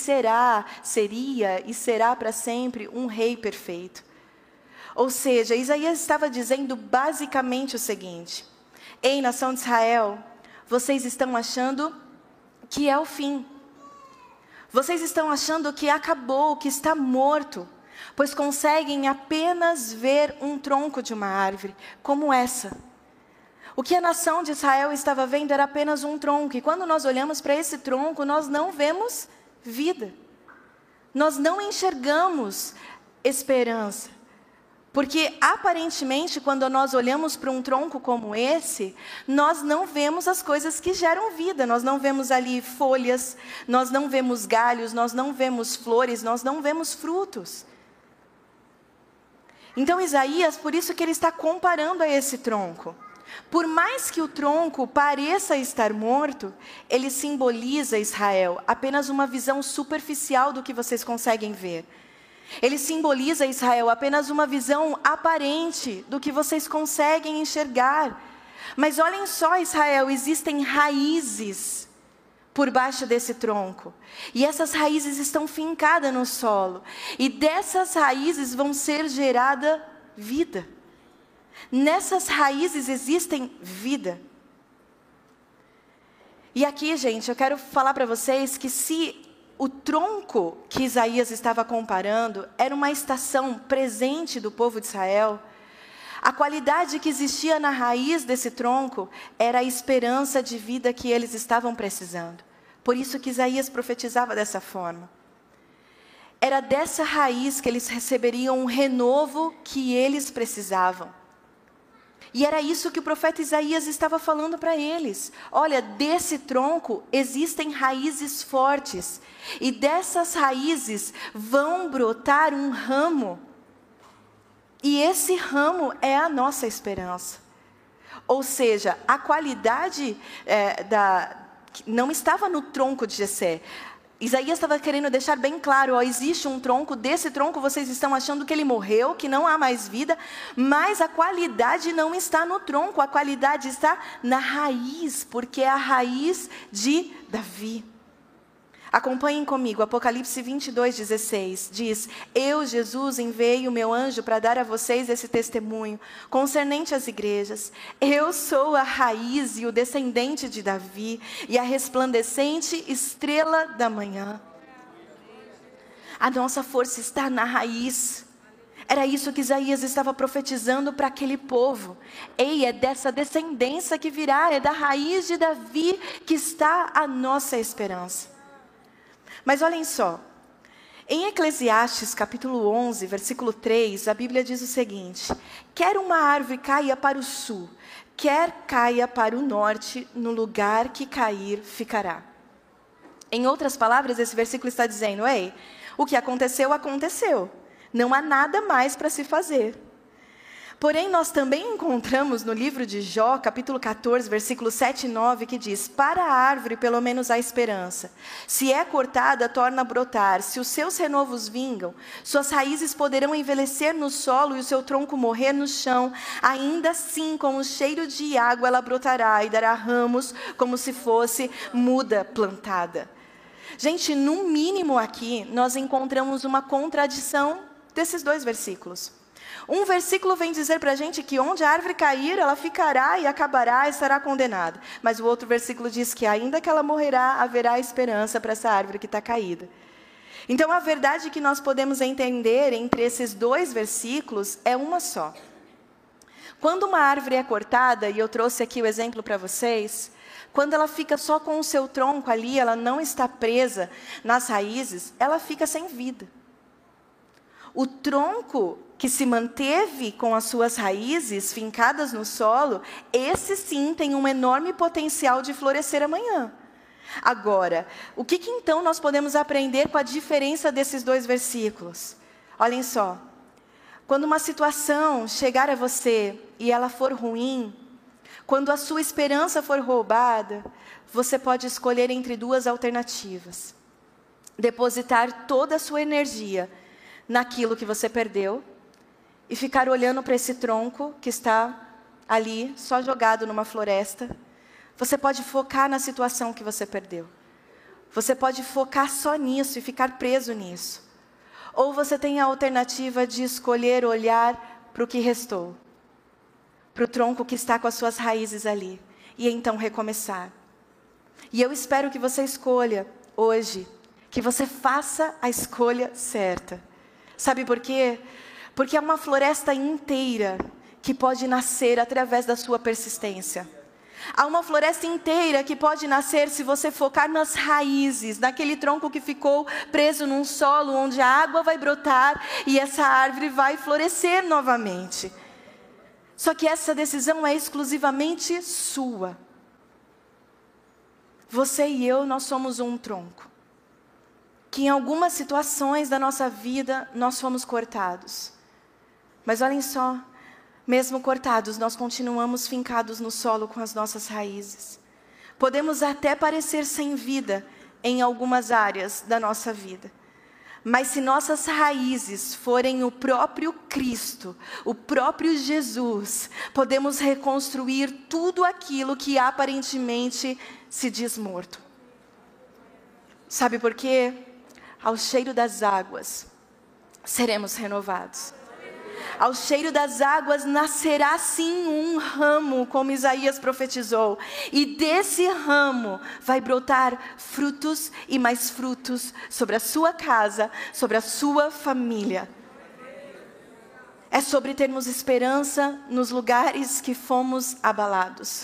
seria e será para sempre um rei perfeito. Ou seja, Isaías estava dizendo basicamente o seguinte: ei, nação de Israel, vocês estão achando que é o fim. Vocês estão achando que acabou, que está morto, pois conseguem apenas ver um tronco de uma árvore, como essa. O que a nação de Israel estava vendo era apenas um tronco. E quando nós olhamos para esse tronco, nós não vemos vida. Nós não enxergamos esperança. Porque, aparentemente, quando nós olhamos para um tronco como esse, nós não vemos as coisas que geram vida. Nós não vemos ali folhas, nós não vemos galhos, nós não vemos flores, nós não vemos frutos. Então, Isaías, por isso que ele está comparando a esse tronco. Por mais que o tronco pareça estar morto, ele simboliza Israel, apenas uma visão superficial do que vocês conseguem ver. Ele simboliza Israel, apenas uma visão aparente do que vocês conseguem enxergar. Mas olhem só, Israel, existem raízes por baixo desse tronco. E essas raízes estão fincadas no solo. E dessas raízes vão ser gerada vida. Nessas raízes existem vida. E aqui, gente, eu quero falar para vocês que se o tronco que Isaías estava comparando era uma estação presente do povo de Israel, a qualidade que existia na raiz desse tronco era a esperança de vida que eles estavam precisando. Por isso que Isaías profetizava dessa forma. Era dessa raiz que eles receberiam um renovo que eles precisavam. E era isso que o profeta Isaías estava falando para eles. Olha, desse tronco existem raízes fortes. E dessas raízes vão brotar um ramo. E esse ramo é a nossa esperança. Ou seja, a qualidade não estava no tronco de Jessé. Isaías estava querendo deixar bem claro, ó, existe um tronco, desse tronco vocês estão achando que ele morreu, que não há mais vida, mas a qualidade não está no tronco, a qualidade está na raiz, porque é a raiz de Davi. Acompanhem comigo, Apocalipse 22:16, diz: Eu, Jesus, enviei o meu anjo para dar a vocês esse testemunho concernente às igrejas. Eu sou a raiz e o descendente de Davi e a resplandecente estrela da manhã. A nossa força está na raiz. Era isso que Isaías estava profetizando para aquele povo. Ei, é dessa descendência que virá, é da raiz de Davi que está a nossa esperança. Mas olhem só, em Eclesiastes capítulo 11, versículo 3, a Bíblia diz o seguinte: quer uma árvore caia para o sul, quer caia para o norte, no lugar que cair ficará. Em outras palavras, esse versículo está dizendo: ei, o que aconteceu, aconteceu. Não há nada mais para se fazer. Porém, nós também encontramos no livro de Jó, capítulo 14, versículos 7 e 9, que diz: para a árvore pelo menos há esperança. Se é cortada, torna a brotar. Se os seus renovos vingam, suas raízes poderão envelhecer no solo e o seu tronco morrer no chão. Ainda assim, com o cheiro de água, ela brotará e dará ramos como se fosse muda plantada. Gente, no mínimo aqui, nós encontramos uma contradição desses dois versículos. Um versículo vem dizer para a gente que onde a árvore cair, ela ficará e acabará e estará condenada. Mas o outro versículo diz que ainda que ela morrerá, haverá esperança para essa árvore que está caída. Então a verdade que nós podemos entender entre esses dois versículos é uma só. Quando uma árvore é cortada, e eu trouxe aqui o exemplo para vocês, quando ela fica só com o seu tronco ali, ela não está presa nas raízes, ela fica sem vida. O tronco que se manteve com as suas raízes fincadas no solo, esse sim tem um enorme potencial de florescer amanhã. Agora, o que então nós podemos aprender com a diferença desses dois versículos? Olhem só, quando uma situação chegar a você e ela for ruim, quando a sua esperança for roubada, você pode escolher entre duas alternativas: depositar toda a sua energia naquilo que você perdeu e ficar olhando para esse tronco que está ali, só jogado numa floresta. Você pode focar na situação que você perdeu. Você pode focar só nisso e ficar preso nisso. Ou você tem a alternativa de escolher olhar para o que restou, para o tronco que está com as suas raízes ali, e então recomeçar. E eu espero que você escolha hoje, que você faça a escolha certa. Sabe por quê? Porque é uma floresta inteira que pode nascer através da sua persistência. Há uma floresta inteira que pode nascer se você focar nas raízes, naquele tronco que ficou preso num solo onde a água vai brotar e essa árvore vai florescer novamente. Só que essa decisão é exclusivamente sua. Você e eu, nós somos um tronco, que em algumas situações da nossa vida nós fomos cortados. Mas olhem só, mesmo cortados, nós continuamos fincados no solo com as nossas raízes. Podemos até parecer sem vida em algumas áreas da nossa vida. Mas se nossas raízes forem o próprio Cristo, o próprio Jesus, podemos reconstruir tudo aquilo que aparentemente se diz morto. Sabe por quê? Ao cheiro das águas, seremos renovados. Ao cheiro das águas nascerá sim um ramo, como Isaías profetizou. E desse ramo vai brotar frutos e mais frutos sobre a sua casa, sobre a sua família. É sobre termos esperança nos lugares que fomos abalados.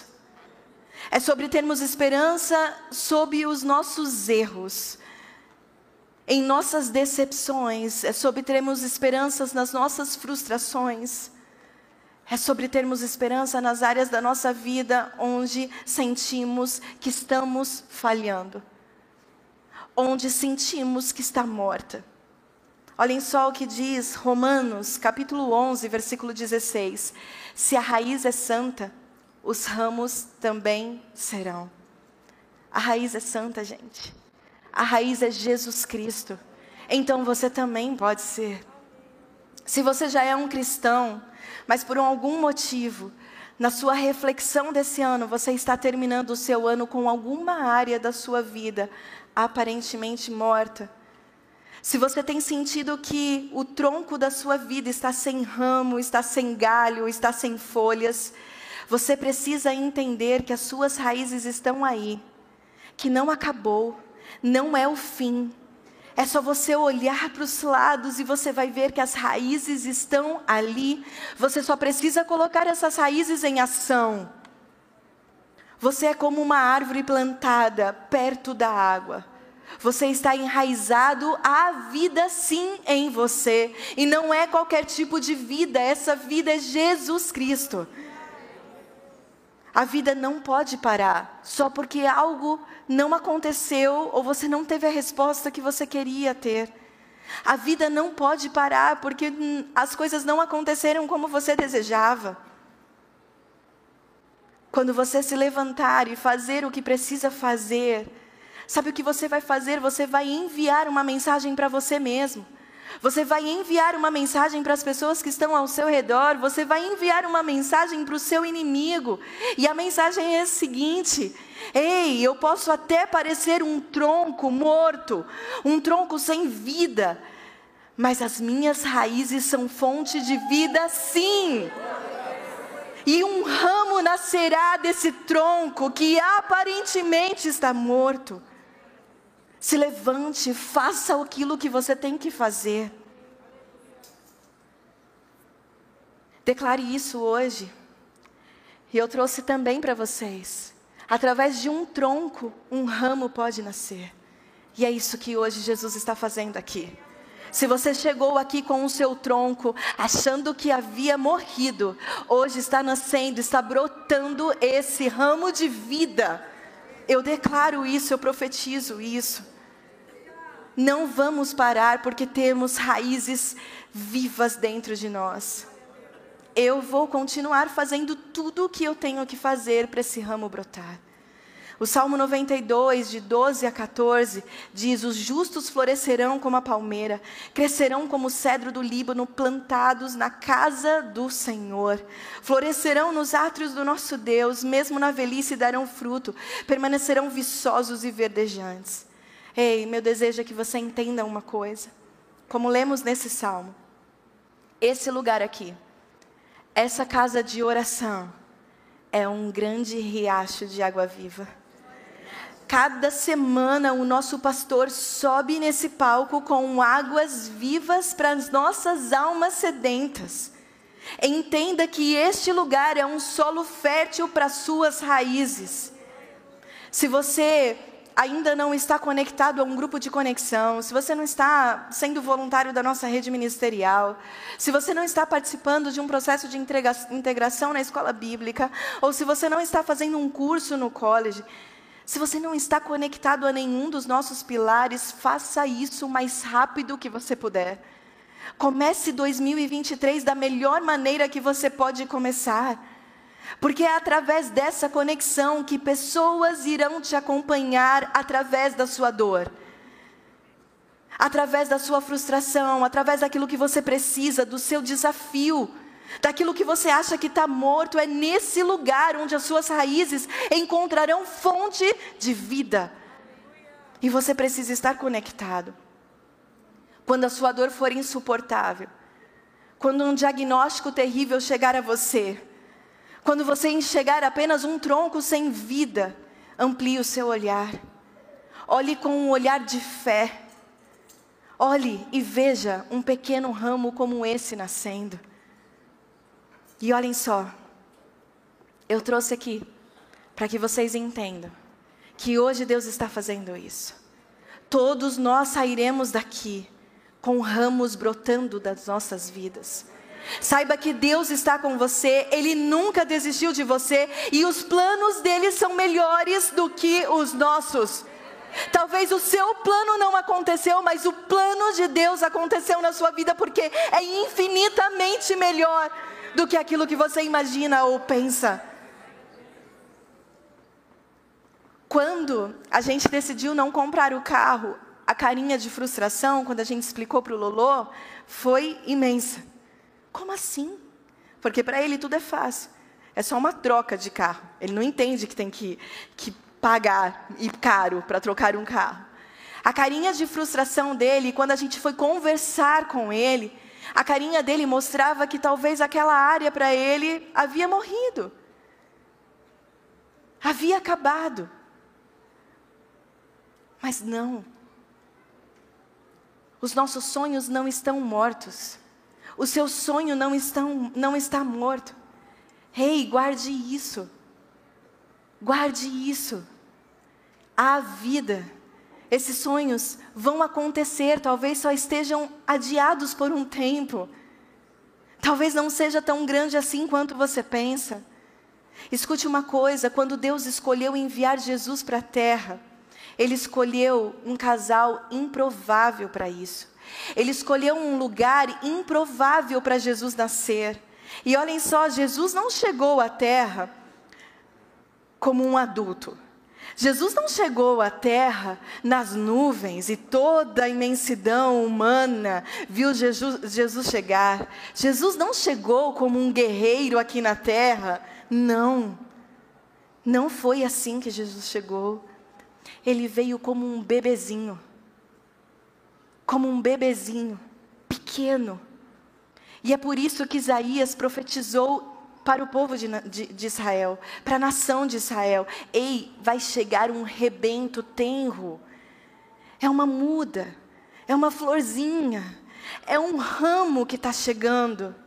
É sobre termos esperança sob os nossos erros. em nossas decepções, é sobre termos esperanças nas nossas frustrações, é sobre termos esperança nas áreas da nossa vida onde sentimos que estamos falhando, onde sentimos que está morta. Olhem só o que diz Romanos, capítulo 11, versículo 16. Se a raiz é santa, os ramos também serão. A raiz é santa, gente. A raiz é Jesus Cristo. Então você também pode ser. Se você já é um cristão, mas por algum motivo, na sua reflexão desse ano, você está terminando o seu ano com alguma área da sua vida aparentemente morta. Se você tem sentido que o tronco da sua vida está sem ramo, está sem galho, está sem folhas, você precisa entender que as suas raízes estão aí, que não acabou, não é o fim. É só você olhar para os lados e você vai ver que as raízes estão ali. Você só precisa colocar essas raízes em ação. Você é como uma árvore plantada perto da água. Você está enraizado, há vida sim em você. E não é qualquer tipo de vida, essa vida é Jesus Cristo. A vida não pode parar, só porque algo não aconteceu ou você não teve a resposta que você queria ter. A vida não pode parar porque as coisas não aconteceram como você desejava. Quando você se levantar e fazer o que precisa fazer, sabe o que você vai fazer? Você vai enviar uma mensagem para você mesmo. Você vai enviar uma mensagem para as pessoas que estão ao seu redor. Você vai enviar uma mensagem para o seu inimigo. E a mensagem é a seguinte: ei, eu posso até parecer um tronco morto, um tronco sem vida, mas as minhas raízes são fonte de vida sim. E um ramo nascerá desse tronco que aparentemente está morto. Se levante, faça aquilo que você tem que fazer. Declare isso hoje. E eu trouxe também para vocês. Através de um tronco, um ramo pode nascer. E é isso que hoje Jesus está fazendo aqui. Se você chegou aqui com o seu tronco, achando que havia morrido, hoje está nascendo, está brotando esse ramo de vida. Eu declaro isso, eu profetizo isso. Não vamos parar porque temos raízes vivas dentro de nós. Eu vou continuar fazendo tudo o que eu tenho que fazer para esse ramo brotar. O Salmo 92, de 12 a 14, diz: os justos florescerão como a palmeira, crescerão como o cedro do Líbano, plantados na casa do Senhor. Florescerão nos átrios do nosso Deus, mesmo na velhice darão fruto, permanecerão viçosos e verdejantes. Ei, meu desejo é que você entenda uma coisa. Como lemos nesse salmo, esse lugar aqui, essa casa de oração, é um grande riacho de água viva. Cada semana o nosso pastor sobe nesse palco com águas vivas para as nossas almas sedentas. Entenda que este lugar é um solo fértil para suas raízes. Se você ainda não está conectado a um grupo de conexão, se você não está sendo voluntário da nossa rede ministerial, se você não está participando de um processo de integração na escola bíblica, ou se você não está fazendo um curso no college, se você não está conectado a nenhum dos nossos pilares, faça isso o mais rápido que você puder. Comece 2023 da melhor maneira que você pode começar. Porque é através dessa conexão que pessoas irão te acompanhar através da sua dor, através da sua frustração, através daquilo que você precisa, do seu desafio, daquilo que você acha que está morto. É nesse lugar onde as suas raízes encontrarão fonte de vida. E você precisa estar conectado. Quando a sua dor for insuportável, quando um diagnóstico terrível chegar a você, quando você enxergar apenas um tronco sem vida, amplie o seu olhar. Olhe com um olhar de fé. Olhe e veja um pequeno ramo como esse nascendo. E olhem só, eu trouxe aqui para que vocês entendam que hoje Deus está fazendo isso. todos nós sairemos daqui com ramos brotando das nossas vidas. Saiba que Deus está com você, Ele nunca desistiu de você, e os planos dele são melhores do que os nossos. Talvez o seu plano não aconteceu, mas o plano de Deus aconteceu na sua vida, porque é infinitamente melhor do que aquilo que você imagina ou pensa. Quando a gente decidiu não comprar o carro, a carinha de frustração, quando a gente explicou para o Lolô, foi imensa. Como assim? Porque para ele tudo é fácil. É só uma troca de carro. Ele não entende que tem que pagar e caro para trocar um carro. A carinha de frustração dele, quando a gente foi conversar com ele, a carinha dele mostrava que talvez aquela área para ele havia morrido. Havia acabado. Mas não. Os nossos sonhos não estão mortos. O seu sonho não está morto. Ei, guarde isso. Guarde isso. Há vida. Esses sonhos vão acontecer, talvez só estejam adiados por um tempo. Talvez não seja tão grande assim quanto você pensa. Escute uma coisa, quando Deus escolheu enviar Jesus para a terra, Ele escolheu um casal improvável para isso. Ele escolheu um lugar improvável para Jesus nascer. E olhem só, Jesus não chegou à terra como um adulto. Jesus não chegou à terra nas nuvens e toda a imensidão humana viu Jesus chegar. Jesus não chegou como um guerreiro aqui na terra. Não. Não foi assim que Jesus chegou. Ele veio como um bebezinho. Como um bebezinho, pequeno. E é por isso que Isaías profetizou para o povo de Israel, para a nação de Israel. Ei, vai chegar um rebento tenro. É uma muda, é uma florzinha, é um ramo que está chegando.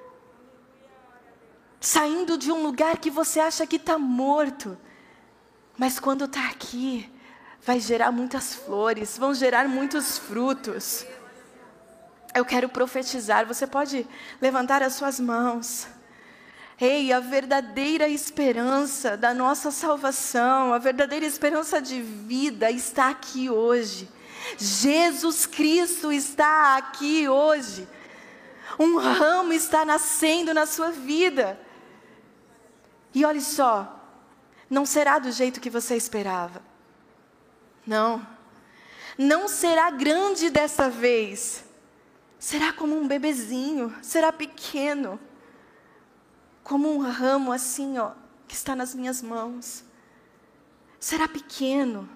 Saindo de um lugar que você acha que está morto. Mas quando está aqui, vai gerar muitas flores, vão gerar muitos frutos. Eu quero profetizar, você pode levantar as suas mãos. Ei, a verdadeira esperança da nossa salvação, a verdadeira esperança de vida está aqui hoje. Jesus Cristo está aqui hoje. Um ramo está nascendo na sua vida. E olhe só, não será do jeito que você esperava. Não, não será grande dessa vez. Será como um bebezinho, será pequeno. Como um ramo assim, ó, que está nas minhas mãos. Será pequeno.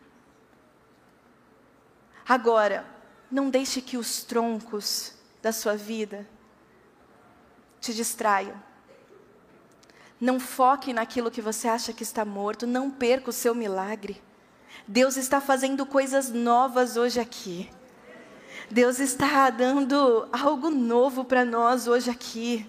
Agora, não deixe que os troncos da sua vida te distraiam. Não foque naquilo que você acha que está morto. Não perca o seu milagre. Deus está fazendo coisas novas hoje aqui. Deus está dando algo novo para nós hoje aqui.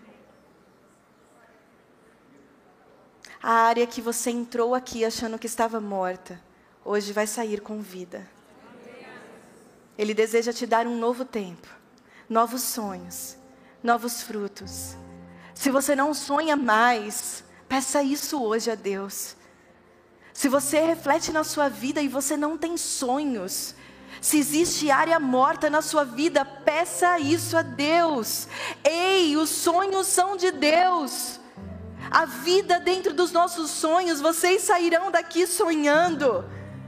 A área que você entrou aqui achando que estava morta, hoje vai sair com vida. Ele deseja te dar um novo tempo, novos sonhos, novos frutos. Se você não sonha mais, peça isso hoje a Deus. Se você reflete na sua vida e você não tem sonhos, se existe área morta na sua vida, peça isso a Deus. Ei, os sonhos são de Deus. A vida dentro dos nossos sonhos, vocês sairão daqui sonhando.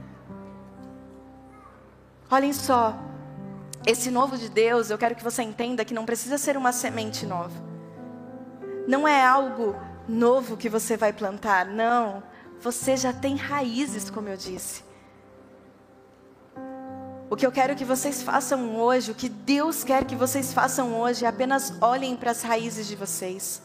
Olhem só, esse novo de Deus, eu quero que você entenda que não precisa ser uma semente nova. Não é algo novo que você vai plantar, não. Você já tem raízes, como eu disse. O que eu quero que vocês façam hoje, o que Deus quer que vocês façam hoje, é apenas olhem para as raízes de vocês.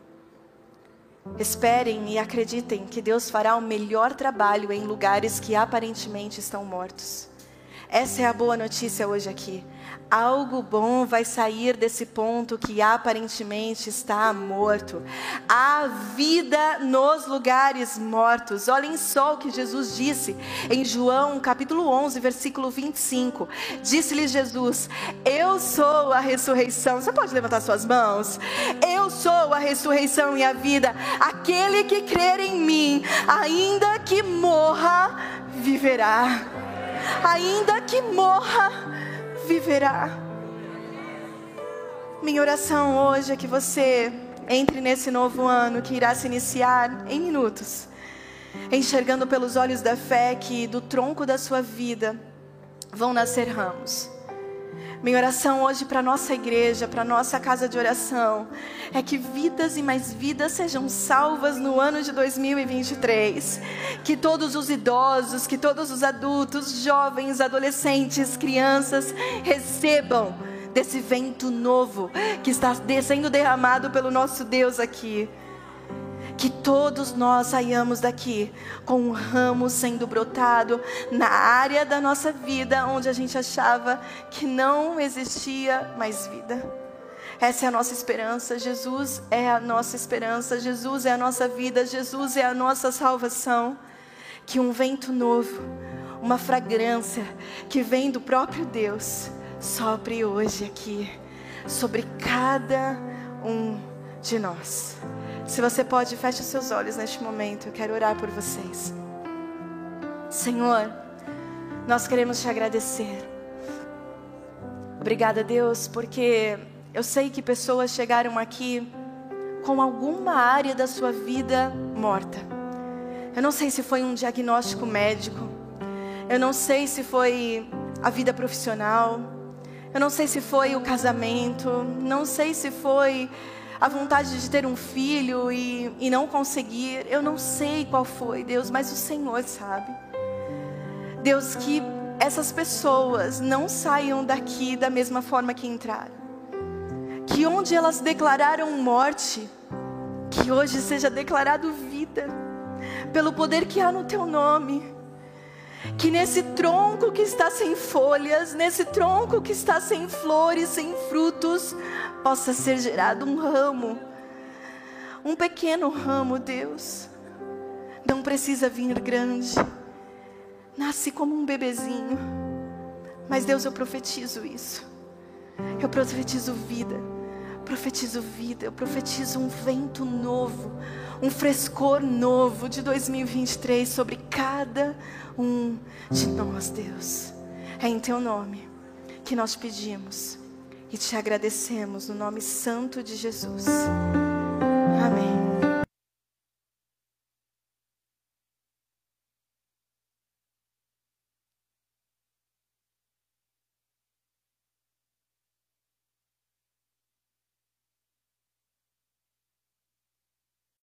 Esperem e acreditem que Deus fará o melhor trabalho em lugares que aparentemente estão mortos. Essa é a boa notícia hoje aqui. Algo bom vai sair desse ponto que aparentemente está morto. Há vida nos lugares mortos. Olhem só o que Jesus disse em João capítulo 11, versículo 25. Disse-lhe Jesus: eu sou a ressurreição. Você pode levantar suas mãos? Eu sou a ressurreição e a vida. Aquele que crer em mim, ainda que morra, viverá. Ainda que morra, viverá. Minha oração hoje é que você entre nesse novo ano que irá se iniciar em minutos, enxergando pelos olhos da fé que do tronco da sua vida vão nascer ramos. Minha oração hoje para a nossa igreja, para a nossa casa de oração, é que vidas e mais vidas sejam salvas no ano de 2023. Que todos os idosos, que todos os adultos, jovens, adolescentes, crianças recebam desse vento novo que está sendo derramado pelo nosso Deus aqui. Que todos nós saiamos daqui com um ramo sendo brotado na área da nossa vida onde a gente achava que não existia mais vida. Essa é a nossa esperança. Jesus é a nossa esperança. Jesus é a nossa vida. Jesus é a nossa salvação. Que um vento novo, uma fragrância que vem do próprio Deus, sopre hoje aqui sobre cada um de nós. Se você pode, feche os seus olhos neste momento. Eu quero orar por vocês. Senhor, nós queremos te agradecer. Obrigada, Deus, porque eu sei que pessoas chegaram aqui com alguma área da sua vida morta. Eu não sei se foi um diagnóstico médico. Eu não sei se foi a vida profissional. Eu não sei se foi o casamento. Não sei se foi a vontade de ter um filho e não conseguir. Eu não sei qual foi, Deus, mas o Senhor sabe. Deus, que essas pessoas não saiam daqui da mesma forma que entraram. Que onde elas declararam morte, que hoje seja declarado vida, pelo poder que há no teu nome. Que nesse tronco que está sem folhas, nesse tronco que está sem flores, sem frutos, possa ser gerado um ramo, um pequeno ramo, Deus. Não precisa vir grande, nasce como um bebezinho, mas Deus, eu profetizo isso. Eu profetizo vida, eu profetizo um vento novo, um frescor novo de 2023 sobre cada um de nós, Deus. É em teu nome que nós pedimos e te agradecemos, no nome santo de Jesus. Amém.